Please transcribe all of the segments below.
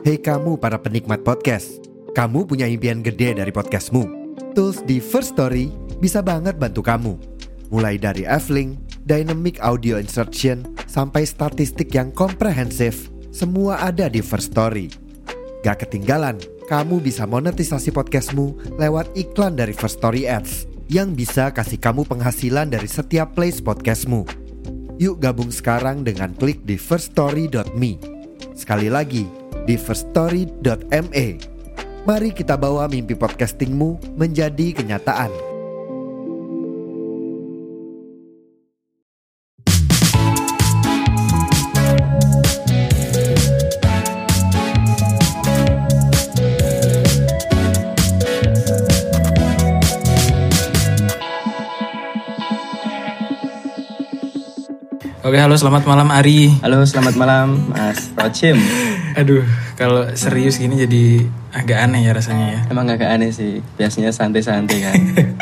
Hei kamu para penikmat podcast, kamu punya impian gede dari podcastmu. Tools di First Story bisa banget bantu kamu. Mulai dari F-Link, Dynamic Audio Insertion, sampai statistik yang komprehensif, semua ada di First Story. Gak ketinggalan, kamu bisa monetisasi podcastmu lewat iklan dari First Story Ads yang bisa kasih kamu penghasilan dari setiap plays podcastmu. Yuk gabung sekarang dengan klik di firststory.me. Sekali lagi, di firststory.me. Mari kita bawa mimpi podcastingmu menjadi kenyataan. Oke, halo selamat malam Ari. Halo selamat malam Mas Rocim. Aduh, kalau serius gini jadi agak aneh ya rasanya ya. Emang agak aneh sih, biasanya santai-santai kan.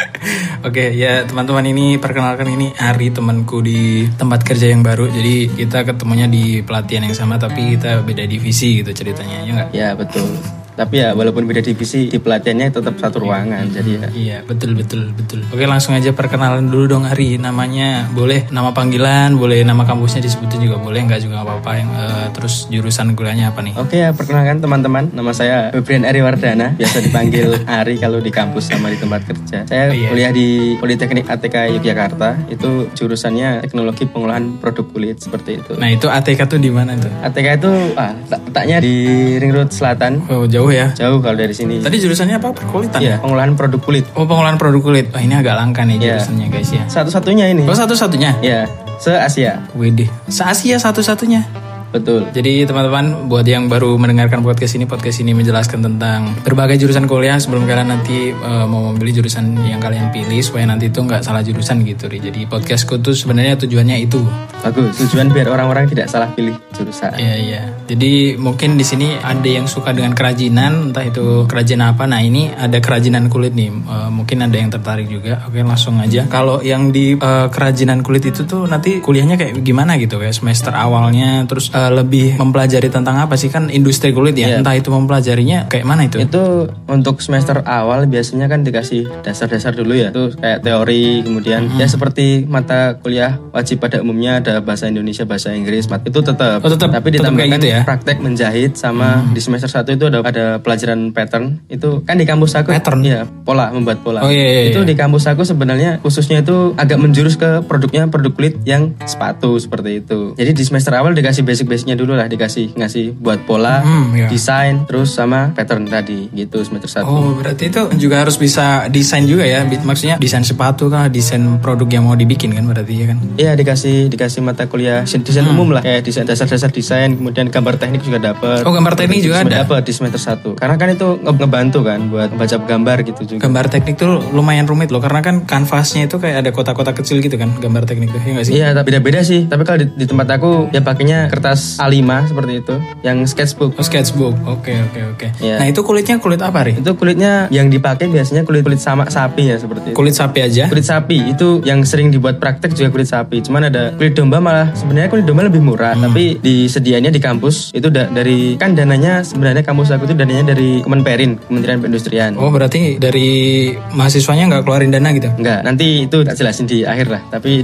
Oke, ya teman-teman, ini perkenalkan, ini Ari, temanku di tempat kerja yang baru. Jadi kita ketemunya di pelatihan yang sama tapi kita beda divisi gitu ceritanya, ya nggak? Ya betul. Tapi ya walaupun beda divisi, di pelatihannya tetap satu ruangan. Jadi ya. Iya, betul. Oke, langsung aja perkenalan dulu dong Ari. Namanya boleh nama panggilan, boleh nama kampusnya disebutin juga boleh, enggak juga enggak apa-apa. Terus jurusan kuliahnya apa nih? Oke ya, perkenalkan teman-teman. Nama saya Febrian Ari Wardana, biasa dipanggil Ari kalau di kampus sama di tempat kerja. Saya kuliah di Politeknik ATK Yogyakarta. Itu jurusannya Teknologi Pengolahan Produk Kulit, seperti itu. Nah, itu ATK tuh di mana tuh? ATK itu letaknya di Ring Road Selatan. Oh, jauh ya? Jauh kalau dari sini. Tadi jurusannya apa? Perkulitan ya? Pengolahan produk kulit. Oh, pengolahan produk kulit. Wah, ini agak langka nih jurusannya guys ya. Satu-satunya ini. Oh, satu-satunya? Ya, se-Asia. Widih, se-Asia satu-satunya? Betul. Jadi teman-teman, buat yang baru mendengarkan podcast ini menjelaskan tentang berbagai jurusan kuliah sebelum kalian nanti mau memilih jurusan yang kalian pilih, supaya nanti itu nggak salah jurusan gitu. Jadi podcastku tuh sebenarnya tujuannya itu. Bagus, tujuan biar orang-orang tidak salah pilih jurusan. Iya. Jadi mungkin di sini ada yang suka dengan kerajinan, entah itu kerajinan apa. Nah, ini ada kerajinan kulit nih. Mungkin ada yang tertarik juga. Oke, langsung aja. Kalau yang di kerajinan kulit itu tuh nanti kuliahnya kayak gimana gitu, kayak semester awalnya, terus lebih mempelajari tentang apa sih, kan industri kulit ya? Entah itu mempelajarinya kayak mana itu? Itu untuk semester awal biasanya kan dikasih dasar-dasar dulu ya. Itu kayak teori, kemudian ya seperti mata kuliah wajib pada umumnya ada bahasa Indonesia, bahasa Inggris, itu tetap. Tapi ditambahkan gitu ya? Praktek menjahit sama di semester 1 itu ada pelajaran pattern. Itu kan di kampus aku. Pattern? Iya, membuat pola. Oh iya. Itu di kampus aku sebenarnya khususnya itu agak menjurus ke produk kulit yang sepatu seperti itu. Jadi di semester awal dikasih basic-basicnya dulu lah, ngasih buat pola, desain, terus sama pattern tadi gitu semester 1. Oh, berarti itu juga harus bisa desain juga ya? Maksudnya desain sepatu kah, desain produk yang mau dibikin kan berarti ya kan? Iya, dikasih mata kuliah desain umum lah, kayak desain dasar desain, kemudian gambar teknik juga dapat. Oh, gambar teknik juga ada? Dapat di semester 1. Karena kan itu ngebantu kan buat membaca gambar gitu juga. Gambar teknik tuh lumayan rumit loh, karena kan kanvasnya itu kayak ada kotak-kotak kecil gitu kan, gambar teknik tuh, ya nggak sih? Iya, tapi beda-beda sih. Tapi kalau di tempat aku ya pakainya kertas A5 seperti itu, yang sketchbook. Oh, sketchbook. Oke. Ya. Nah, itu kulitnya kulit apa, Ri? Itu kulitnya yang dipakai biasanya kulit sama sapi ya, seperti itu. Kulit sapi aja? Kulit sapi itu yang sering dibuat praktek juga kulit sapi. Cuman ada kulit domba, malah sebenarnya kulit domba lebih murah, tapi disediainnya di kampus itu dari kan dananya sebenarnya kampus aku itu dananya dari Kementerian Perindustrian. Oh, berarti dari mahasiswanya nggak keluarin dana gitu? Nggak, nanti itu tak jelasin di akhir lah. Tapi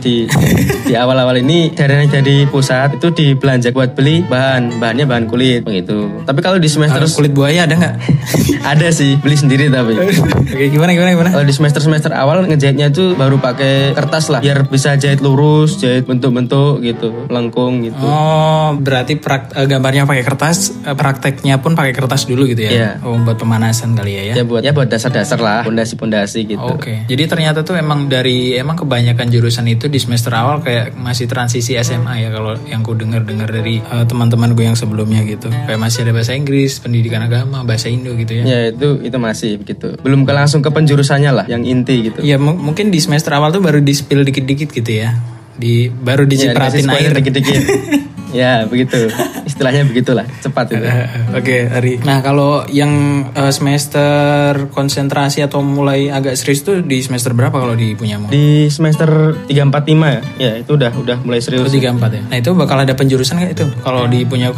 di awal-awal ini dananya dari pusat itu dibelanja buat beli bahannya bahan kulit begitu. Tapi kalau di semester kulit buaya ada nggak? Ada sih, beli sendiri tapi. Oke, gimana? Kalau di semester awal ngejahitnya itu baru pakai kertas lah, biar bisa jahit lurus, jahit bentuk-bentuk gitu, lengkung gitu. Oh, berarti gambarnya pakai kertas, prakteknya pun pakai kertas dulu gitu ya? Iya. Oh, buat pemanasan kali ya? Ya buat dasar-dasar lah, pondasi-pondasi gitu. Oke. Jadi ternyata tuh emang kebanyakan jurusan itu di semester awal kayak masih transisi SMA ya, kalau yang ku dengar dari teman-teman gue yang sebelumnya gitu. Kayak masih ada bahasa Inggris, pendidikan agama, bahasa Indo gitu ya. Ya itu masih begitu. Belum langsung ke penjurusannya lah, yang inti gitu. Ya mungkin di semester awal tuh baru di-spill dikit-dikit gitu ya. Baru dicipratin air dikit-dikit. Ya begitu, istilahnya begitulah, cepat itu. Oke, Ari. Nah, kalau yang semester konsentrasi atau mulai agak serius tuh di semester berapa kalau di punyamu? Di semester 3, 4, 5 ya itu udah mulai serius. 3, 4 ya. Nah, itu bakal ada penjurusan nggak itu? Kalau di punyamu kan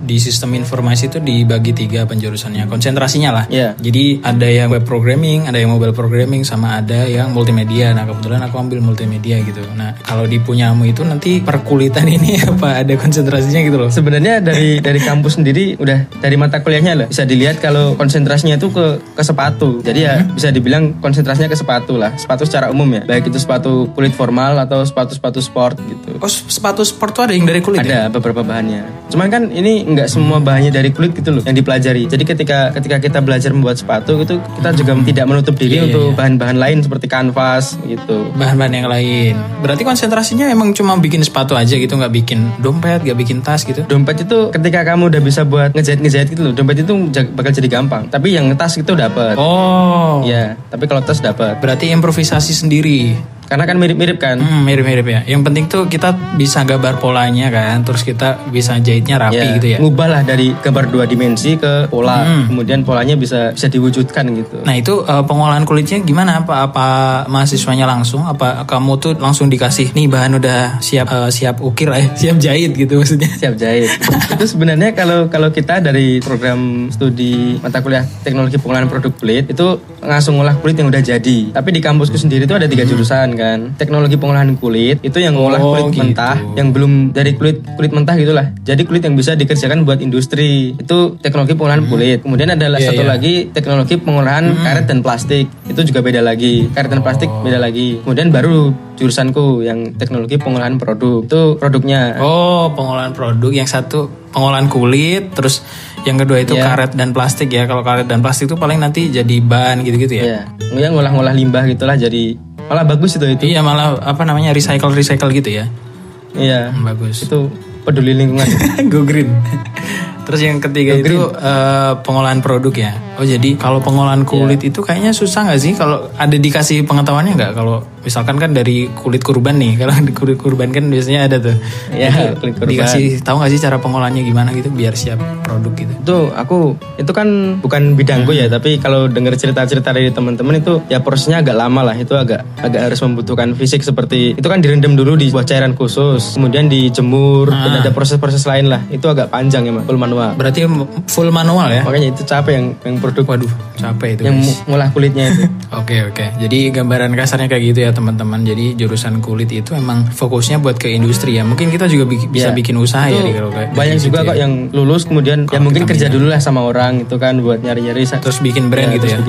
di sistem informasi itu dibagi 3 penjurusannya, konsentrasinya lah. Iya. Jadi ada yang web programming, ada yang mobile programming, sama ada yang multimedia. Nah kebetulan aku ambil multimedia gitu. Nah kalau di punyamu itu nanti perkulitan ini apa ada konsentrasinya gitu loh? Sebenarnya dari kampus sendiri udah dari mata kuliahnya lah bisa dilihat kalau konsentrasinya itu ke sepatu. Jadi ya bisa dibilang konsentrasinya ke sepatu lah. Sepatu secara umum ya. Baik itu sepatu kulit formal atau sepatu sport gitu. Oh sepatu sport tuh ada yang dari kulit ya? Ada beberapa bahannya. Cuman kan ini nggak semua bahannya dari kulit gitu loh yang dipelajari. Jadi ketika kita belajar membuat sepatu itu kita juga tidak menutup diri untuk bahan-bahan lain seperti kanvas gitu. Bahan-bahan yang lain. Berarti konsentrasinya emang cuma bikin sepatu aja gitu, nggak bikin dompet, nggak bikin tas gitu? Dompet itu ketika kamu udah bisa buat ngejahit gitu loh. Dompet itu bakal jadi gampang. Tapi yang tas itu dapat. Oh. Iya. Tapi kalau tas dapat. Berarti improvisasi sendiri. Karena kan mirip-mirip kan. Mirip-mirip ya. Yang penting tuh kita bisa gambar polanya kan, terus kita bisa jahitnya rapi gitu ya. Ngubah lah dari gambar 2 dimensi ke pola. Kemudian polanya bisa diwujudkan gitu. Nah itu pengolahan kulitnya gimana? Apa mahasiswanya langsung? Apa kamu tuh langsung dikasih nih bahan udah siap ukir siap jahit gitu maksudnya? Siap jahit. Itu sebenarnya kalau kita dari program studi mata kuliah teknologi pengolahan produk kulit itu langsung ngolah kulit yang udah jadi. Tapi di kampusku sendiri itu ada 3 jurusan kan. Teknologi pengolahan kulit itu yang ngolah kulit gitu. Mentah yang belum dari kulit mentah gitulah. Jadi kulit yang bisa dikerjakan buat industri. Itu teknologi pengolahan kulit. Kemudian ada satu lagi teknologi pengolahan karet dan plastik. Itu juga beda lagi. Karet dan plastik beda lagi. Kemudian baru jurusanku yang teknologi pengolahan produk. Itu produknya. Oh, pengolahan produk. Yang satu pengolahan kulit, terus yang kedua itu karet dan plastik ya. Kalau karet dan plastik itu paling nanti jadi bahan gitu-gitu ya. Iya. Kemudian ngolah-ngolah limbah gitulah jadi malah bagus itu. Iya, malah recycle gitu ya. Iya. Bagus. Itu peduli lingkungan. Go green. Terus yang ketiga itu pengolahan produk ya. Oh jadi kalau pengolahan kulit itu kayaknya susah nggak sih? Kalau ada dikasih pengetahuannya nggak? Kalau misalkan kan dari kulit kurban nih, kalau di kulit kurban kan biasanya ada tuh. Ya, kulit kurban. Dikasih tahu nggak sih cara pengolahannya gimana gitu biar siap produk gitu? Itu kan bukan bidangku ya, tapi kalau dengar cerita-cerita dari teman-teman itu ya prosesnya agak lama lah. Itu agak harus membutuhkan fisik seperti itu kan direndam dulu di sebuah cairan khusus, kemudian dijemur dan ada proses-proses lain lah. Itu agak panjang ya, full manual. Berarti full manual ya? Makanya itu capek yang produk. Waduh, capek itu. Yang ngolah kulitnya itu. Oke. Jadi gambaran kasarnya kayak gitu ya teman-teman. Jadi jurusan kulit itu emang fokusnya buat ke industri ya. Mungkin kita juga bisa bikin usaha itu ya kalau kayak banyak juga gitu kok yang lulus kemudian ya mungkin kerja dulu lah sama orang itu kan buat nyari-nyari terus bikin brand gitu ya.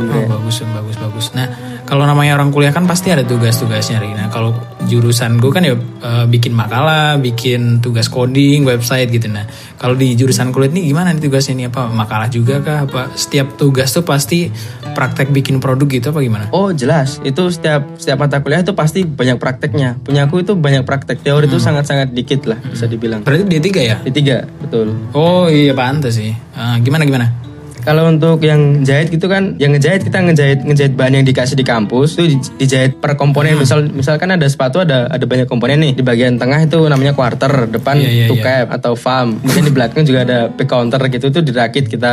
Bagus. Nah, kalau namanya orang kuliah kan pasti ada tugas-tugasnya. Nah, kalau jurusan gue kan ya bikin makalah, bikin tugas coding, website gitu. Nah, kalau di jurusan kulit nih gimana nih tugasnya nih? Apa makalah juga kah? Apa setiap tugas tuh pasti praktek bikin produk gitu apa gimana? Oh jelas, itu setiap mata kuliah itu pasti banyak prakteknya. Punyaku itu banyak praktek, teori itu sangat-sangat dikit lah bisa dibilang. Berarti D3 ya? D3, betul. Oh iya pantas sih. Gimana? Kalau untuk yang jahit gitu kan, yang kita ngejahit bahan yang dikasih di kampus itu dijahit per komponen. Misalkan ada sepatu ada banyak komponen nih. Di bagian tengah itu namanya quarter, depan toe cap atau thumb. Kemudian di belakang juga ada back counter gitu, itu dirakit kita.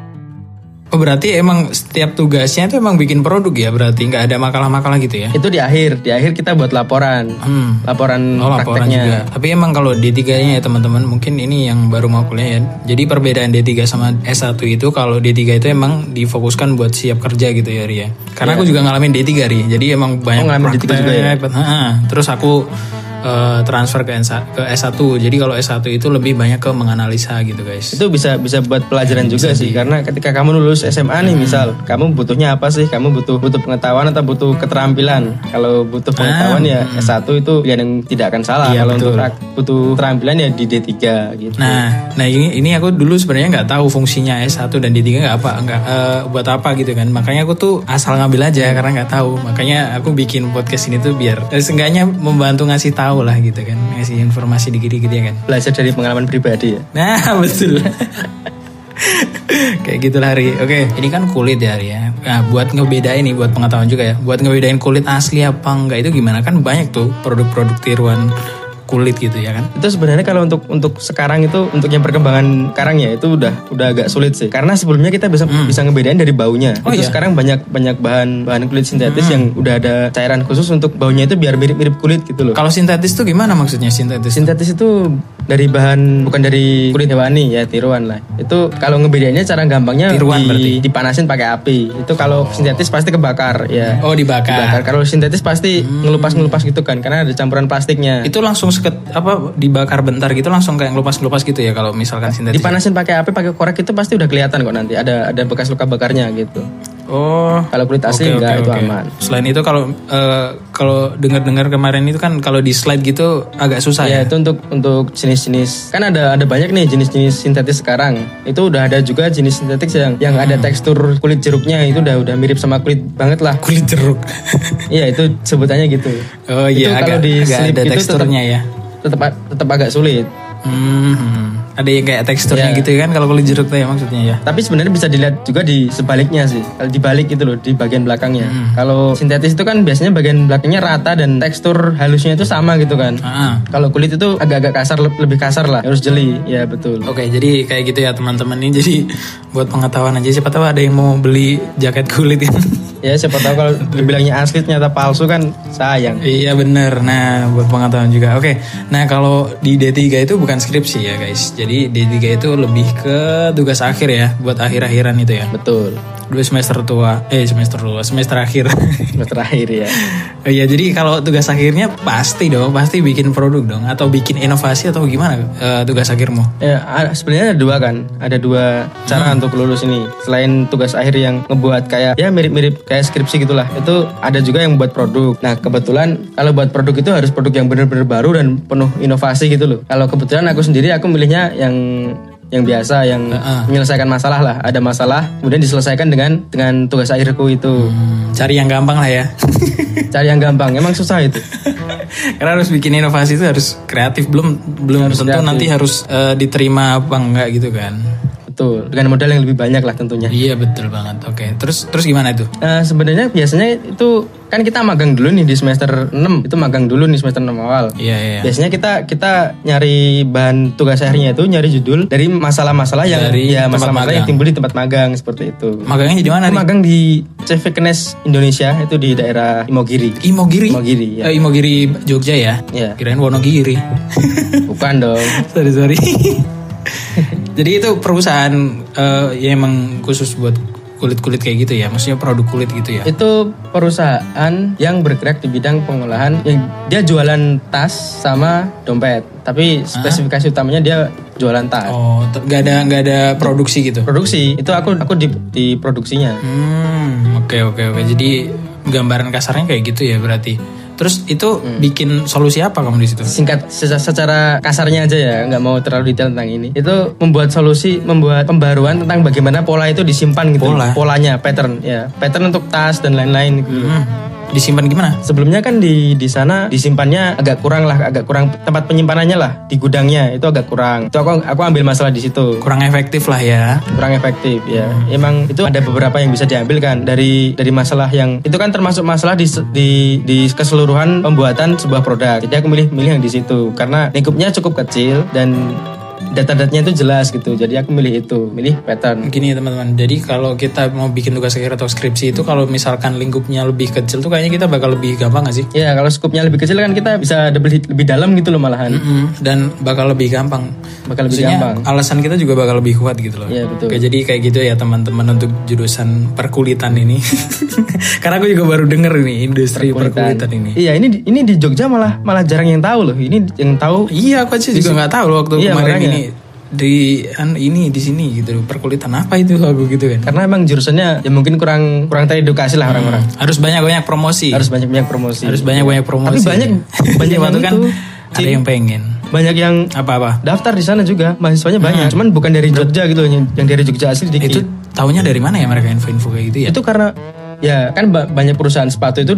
Oh berarti emang setiap tugasnya itu emang bikin produk ya, berarti nggak ada makalah-makalah gitu ya? Itu di akhir kita buat laporan prakteknya juga. Tapi emang kalau D3-nya ya teman-teman, mungkin ini yang baru mau kuliah ya. Jadi perbedaan D3 sama S1 itu, kalau D3 itu emang difokuskan buat siap kerja gitu ya Ria. Karena aku juga ngalamin D3 Ri, jadi emang banyak praktek. D3 juga ya? Terus aku transfer ke S1. Jadi kalau S1 itu lebih banyak ke menganalisa gitu guys. Itu bisa buat pelajaran juga sih. Karena ketika kamu lulus SMA nih misal, kamu butuhnya apa sih? Kamu butuh pengetahuan atau butuh keterampilan? Kalau butuh pengetahuan ya S1 itu pilihan yang tidak akan salah. Kalau untuk butuh keterampilan ya di D3 gitu. Nah ini aku dulu sebenarnya nggak tahu fungsinya S1 dan D3 nggak buat apa gitu kan. Makanya aku tuh asal ngambil aja karena nggak tahu. Makanya aku bikin podcast ini tuh biar seenggaknya membantu ngasih tahu lah gitu kan, ngasih informasi dikit-dikit ya kan. Belajar dari pengalaman pribadi ya. Nah betul. Kayak gitu lah Ri. Oke, ini kan kulit ya Ri ya. Nah buat ngebedain nih, buat pengetahuan juga ya, buat ngebedain kulit asli apa enggak itu gimana? Kan banyak tuh produk-produk tiruan kulit gitu ya kan. Itu sebenarnya kalau untuk sekarang itu untuk yang perkembangan sekarang ya itu udah agak sulit sih. Karena sebelumnya kita bisa ngebedain dari baunya. Oh, itu iya? sekarang banyak bahan kulit sintetis yang udah ada cairan khusus untuk baunya itu biar mirip kulit gitu loh. Kalau sintetis tuh gimana maksudnya sintetis? Sintetis itu dari bahan bukan dari kulit hewani ya, tiruan lah. Itu kalau ngebedainnya cara gampangnya Tiruan berarti? dipanasin pakai api. Itu kalau sintetis pasti kebakar ya. Oh, dibakar. Kalau sintetis pasti ngelupas gitu kan karena ada campuran plastiknya. Itu langsung dibakar bentar gitu langsung kayak ngelupas gitu ya kalau misalkan sintetis. Dipanasin pakai api, pakai korek itu pasti udah kelihatan kok nanti ada bekas luka bakarnya gitu. Oh, kalau kulit asli enggak itu aman. Selain itu kalau dengar-dengar kemarin itu kan kalau di slide gitu agak susah ya. Itu untuk jenis-jenis kan ada banyak nih jenis-jenis sintetis sekarang. Itu udah ada juga jenis sintetis yang ada tekstur kulit jeruknya itu udah mirip sama kulit banget lah. Kulit jeruk. Iya itu sebutannya gitu. Oh iya, kalau di agak slip ada itu teksturnya ya. Tetap agak sulit. Ada yang kayak teksturnya gitu kan kalau kulit jeruk tuh ya maksudnya ya. Tapi sebenarnya bisa dilihat juga di sebaliknya sih. Kalau dibalik gitu loh, di bagian belakangnya. Kalau sintetis itu kan biasanya bagian belakangnya rata dan tekstur halusnya itu sama gitu kan. Kalau kulit itu agak-agak kasar, lebih kasar lah, harus jeli. Ya betul. Oke, jadi kayak gitu ya teman-teman ini. Jadi buat pengetahuan aja, siapa tahu ada yang mau beli jaket kulit kan. Ya siapa tahu kalau dibilangnya asli ternyata palsu kan sayang. Iya bener. Nah buat pengetahuan juga. Oke. Nah kalau di D3 itu bukan skripsi ya guys. Jadi D3 itu lebih ke tugas akhir ya, buat akhir-akhiran itu ya. Betul. Semester akhir. Semester akhir ya. Oh iya, jadi kalau tugas akhirnya pasti bikin produk dong, atau bikin inovasi atau gimana tugas akhirmu? Ya sebenarnya ada dua cara untuk lulus ini. Selain tugas akhir yang ngebuat kayak ya mirip-mirip kayak skripsi gitulah, itu ada juga yang buat produk. Nah kebetulan kalau buat produk itu harus produk yang benar-benar baru dan penuh inovasi gitu loh. Kalau kebetulan aku milihnya yang biasa, yang menyelesaikan masalah lah. Ada masalah, kemudian diselesaikan dengan tugas akhirku itu. Cari yang gampang lah ya. Cari yang gampang, emang susah itu. Karena harus bikin inovasi itu harus kreatif, belum harus tentu kreatif. Nanti harus diterima apa enggak gitu kan. Betul, dengan modal yang lebih banyak lah tentunya. Iya betul banget. Oke, terus gimana itu? Sebenarnya biasanya itu kan kita magang dulu nih di semester 6. Itu magang dulu nih semester 6 awal. Iya. Biasanya kita nyari bahan tugas akhirnya itu nyari judul dari masalah-masalah yang masalah-masalah yang timbul di tempat magang seperti itu. Magangnya di mana? Magang di CV Kenes Indonesia itu di daerah Imogiri. Imogiri ya. Imogiri Jogja ya? Iya. Kirain Wonogiri. Bukan dong. Sorry. Jadi itu perusahaan yang emang khusus buat kulit-kulit kayak gitu ya? Maksudnya produk kulit gitu ya? Itu perusahaan yang bergerak di bidang pengolahan. Dia jualan tas sama dompet. Tapi spesifikasi utamanya dia jualan tas. Oh, gak ada produksi gitu? Produksi. Itu aku di produksinya. Oke. Jadi gambaran kasarnya kayak gitu ya berarti. Terus itu bikin solusi apa kamu di situ? Singkat secara kasarnya aja ya, nggak mau terlalu detail tentang ini. Itu membuat pembaruan tentang bagaimana pola itu disimpan gitu. Polanya, pattern untuk tas dan lain-lain gitu. Disimpan gimana? Sebelumnya kan di sana disimpannya agak kurang tempat penyimpanannya lah di gudangnya itu agak kurang. Itu aku ambil masalah di situ. Kurang efektif lah ya. Kurang efektif ya. Emang itu ada beberapa yang bisa diambil kan dari masalah yang itu kan termasuk masalah di keseluruhan pembuatan sebuah produk. Jadi aku milih yang di situ karena lingkupnya cukup kecil dan data-datanya itu jelas gitu. Jadi aku milih pattern. Gini ya teman-teman. Jadi kalau kita mau bikin tugas akhir atau skripsi itu kalau misalkan lingkupnya lebih kecil tuh kayaknya kita bakal lebih gampang gak sih? Iya, kalau skupnya lebih kecil kan kita bisa lebih dalam gitu loh malahan. Dan bakal lebih gampang. Maksudnya alasan kita juga bakal lebih kuat gitu loh. Iya betul. Oke, jadi kayak gitu ya teman-teman untuk jurusan perkulitan ini. Karena aku juga baru denger ini industri perkulitan ini. Iya, ini di Jogja malah jarang yang tahu loh. Ini yang tahu. Iya, aku aja juga nggak tahu loh waktu kemarin ini. Di sini gitu perkulitan apa itu aku gitu kan. Karena emang jurusannya ya mungkin kurang teredukasi lah orang-orang. Harus banyak promosi. Harus banyak promosi. Tapi banyak yang kan ada yang pengen. Banyak yang apa daftar di sana juga mahasiswanya banyak. Cuman bukan dari Jogja gitu, yang dari Jogja asli dikit. Itu taunya dari mana ya mereka info-info kayak gitu ya? Itu karena ya kan banyak perusahaan sepatu itu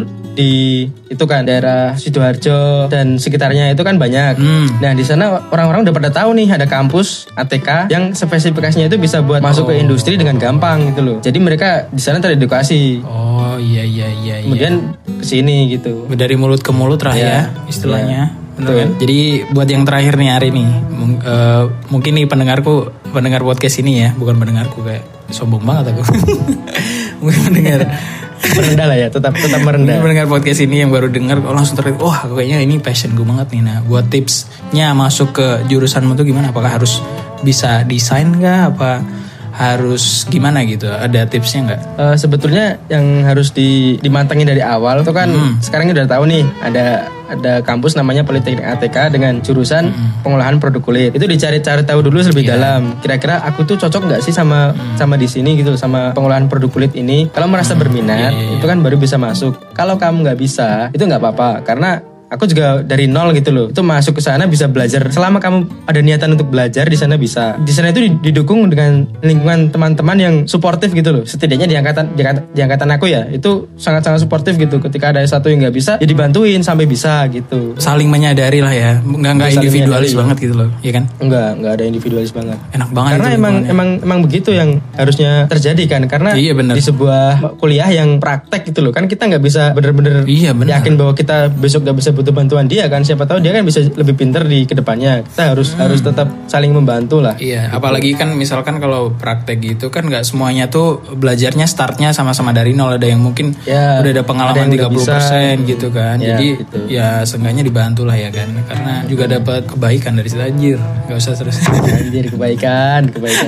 itu kan daerah Sidoarjo dan sekitarnya itu kan banyak. Nah di sana orang-orang udah pada tahu nih ada kampus ATK yang spesifikasinya itu bisa buat masuk ke industri dengan gampang gitu loh. Jadi mereka di sana teredukasi. Oh iya. Kemudian kesini gitu. Dari mulut ke mulut lah ya istilahnya. Bener kan? Jadi buat yang terakhir nih hari ini, mungkin nih pendengar podcast ini ya, bukan pendengarku, kayak sombong banget aku. Mungkin pendengar merendah lah ya, tetap merendah. Mungkin pendengar podcast ini yang baru dengar, langsung terlihat, kayaknya ini passion gue banget nih. Nah, buat tipsnya masuk ke jurusanmu tuh gimana? Apakah harus bisa desain nggak? Apa harus gimana gitu? Ada tipsnya nggak? Sebetulnya yang harus dimantengin dari awal itu kan sekarang udah tahu nih ada kampus namanya Politeknik ATK dengan jurusan pengolahan produk kulit. Itu dicari tahu dulu lebih dalam. Kira-kira aku tuh cocok nggak sih sama di sini gitu, sama pengolahan produk kulit ini. Kalau merasa berminat itu kan baru bisa masuk. Kalau kamu nggak bisa itu nggak apa-apa, karena aku juga dari nol gitu loh. Itu masuk ke sana bisa belajar. Selama kamu ada niatan untuk belajar di sana bisa. Di sana itu didukung dengan lingkungan teman-teman yang suportif gitu loh. Setidaknya di angkatan aku ya, itu sangat-sangat suportif gitu. Ketika ada satu yang nggak bisa, ya dibantuin sampai bisa gitu. Saling menyadari lah ya. Nggak individualis banget gitu loh, iya kan? Nggak ada individualis banget. Enak banget. Karena emang begitu yang harusnya terjadi kan. Karena di sebuah kuliah yang praktek gitu loh. Kan kita nggak bisa bener-bener yakin bahwa kita besok nggak bisa butuh bantuan dia kan, siapa tahu dia kan bisa lebih pintar di kedepannya. Kita harus tetap saling membantu lah. Iya, gitu. Apalagi kan misalkan kalau praktek gitu kan nggak semuanya tuh belajarnya startnya sama-sama dari nol. Ada yang mungkin udah ada pengalaman 30% gitu kan. Jadi gitu. Ya seenggaknya dibantu lah ya kan. Karena juga dapat kebaikan dari situ. Anjir, nggak usah terus. Anjir, kebaikan.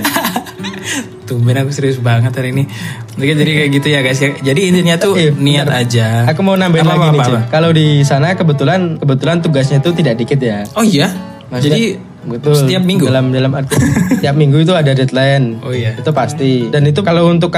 Tumben aku serius banget hari ini. Jadi kayak gitu ya guys ya. Jadi intinya tuh niat aja. Aku mau nambahin lagi nih, Cim. Kalau di sana kebetulan tugasnya tuh tidak dikit ya. Oh iya. Maksudnya, jadi betul. Setiap minggu. Dalam arti setiap minggu itu ada deadline. Oh iya. Itu pasti. Dan itu kalau untuk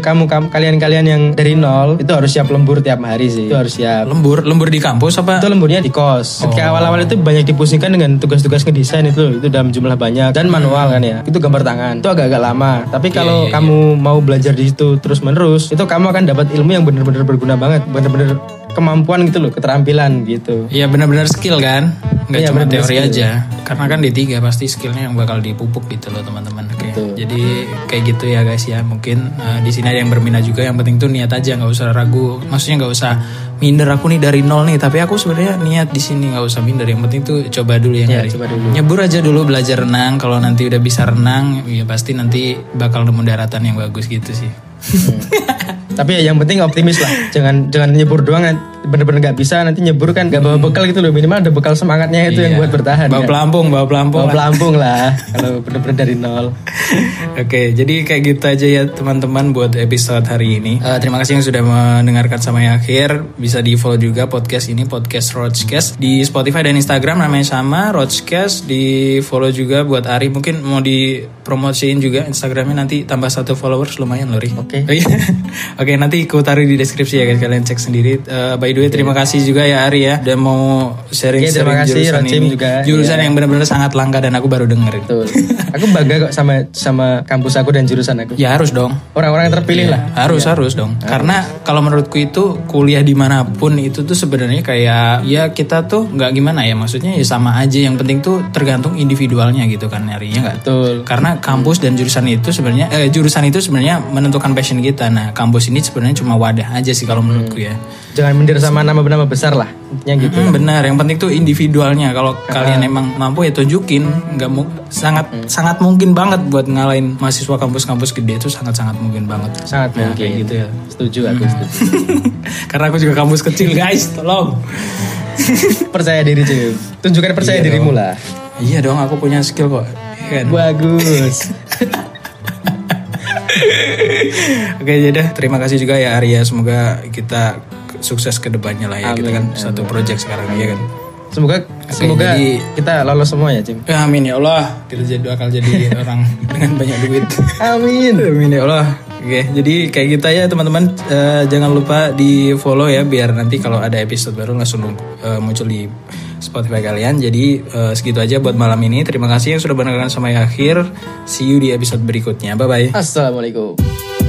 kalian yang dari nol itu harus siap lembur tiap hari sih. Itu harus siap. Lembur di kampus apa? Itu lemburnya di kos. Ketika awal-awal itu banyak dipusingkan dengan tugas-tugas ngedesain itu dalam jumlah banyak dan manual kan ya. Itu gambar tangan. Itu agak-agak lama. Tapi kalau kamu mau belajar di situ terus-menerus, itu kamu akan dapat ilmu yang benar-benar berguna banget. Benar-benar kemampuan gitu loh, keterampilan gitu. Iya, benar-benar skill kan. Nggak cuma teori skill aja. Karena kan D3 pasti skillnya yang bakal dipupuk gitu loh teman-teman. Jadi kayak gitu ya guys ya. Mungkin di sini ada yang berminat juga. Yang penting tuh niat aja, nggak usah ragu. Maksudnya nggak usah minder, aku nih dari nol nih. Tapi aku sebenarnya niat di sini, nggak usah minder. Yang penting tuh coba dulu ya. Coba dulu. Nyebur aja dulu, belajar renang. Kalau nanti udah bisa renang, ya pasti nanti bakal nemu daratan yang bagus gitu sih. Tapi ya yang penting optimis lah. Jangan nyebur doang, bener-bener gak bisa nanti nyebur kan gak bawa bekal gitu loh. Minimal ada bekal semangatnya itu yang buat bertahan. Bawa pelampung lah. Kalau bener-bener dari nol. Oke, jadi kayak gitu aja ya teman-teman buat episode hari ini. Terima kasih yang sudah mendengarkan sampai akhir. Bisa di follow juga podcast ini, podcast Roachcast di Spotify dan Instagram namanya sama, Roachcast. Di follow juga buat Ari, mungkin mau dipromosiin juga Instagramnya, nanti tambah 1 followers lumayan loh Ri. Oke, nanti aku taruh di deskripsi ya guys, kalian cek sendiri. By the way, terima kasih juga ya Ari ya, udah mau sharing-sharing jurusan ini juga, jurusan yang benar-benar sangat langka dan aku baru dengerin. Betul. Aku bangga kok sama kampus aku dan jurusan aku. Ya harus dong. Orang-orang yang terpilih lah. Harus dong. Karena kalau menurutku itu kuliah dimanapun itu tuh sebenarnya kayak ya kita tuh nggak gimana ya, maksudnya ya sama aja. Yang penting tuh tergantung individualnya gitu kan Arinya nggak. Betul. Karena kampus dan jurusan itu sebenarnya jurusan itu sebenarnya menentukan passion kita. Nah kampus ini sebenarnya cuma wadah aja sih kalau menurutku ya. Jangan minder sama nama-nama besar lah, intinya gitu. Benar, yang penting tuh individualnya. Kalau kalian emang mampu ya tunjukin. Sangat mungkin banget buat ngalahin mahasiswa kampus-kampus gede itu, sangat mungkin banget. Sangat mungkin kayak gitu ya. Setuju aku. Karena aku juga kampus kecil guys, tolong. Percaya diri cuy. Tunjukkan percaya dirimu dong. lah. Iya dong, aku punya skill kok. Kan? Bagus. Oke, jadi terima kasih juga ya Arya. Semoga kita sukses ke depannya lah ya. Amin, kita kan satu project sekarang ya kan. Semoga jadi, kita lolos semua ya Cim. Amin ya Allah. Kita bakal jadi orang dengan banyak duit. Amin ya Allah. Oke, jadi kayak gitu ya teman-teman. Jangan lupa di follow ya, biar nanti kalau ada episode baru langsung muncul di Spotify kalian. Jadi segitu aja buat malam ini. Terima kasih yang sudah mendengarkan sampai akhir. See you di episode berikutnya. Bye bye. Assalamualaikum.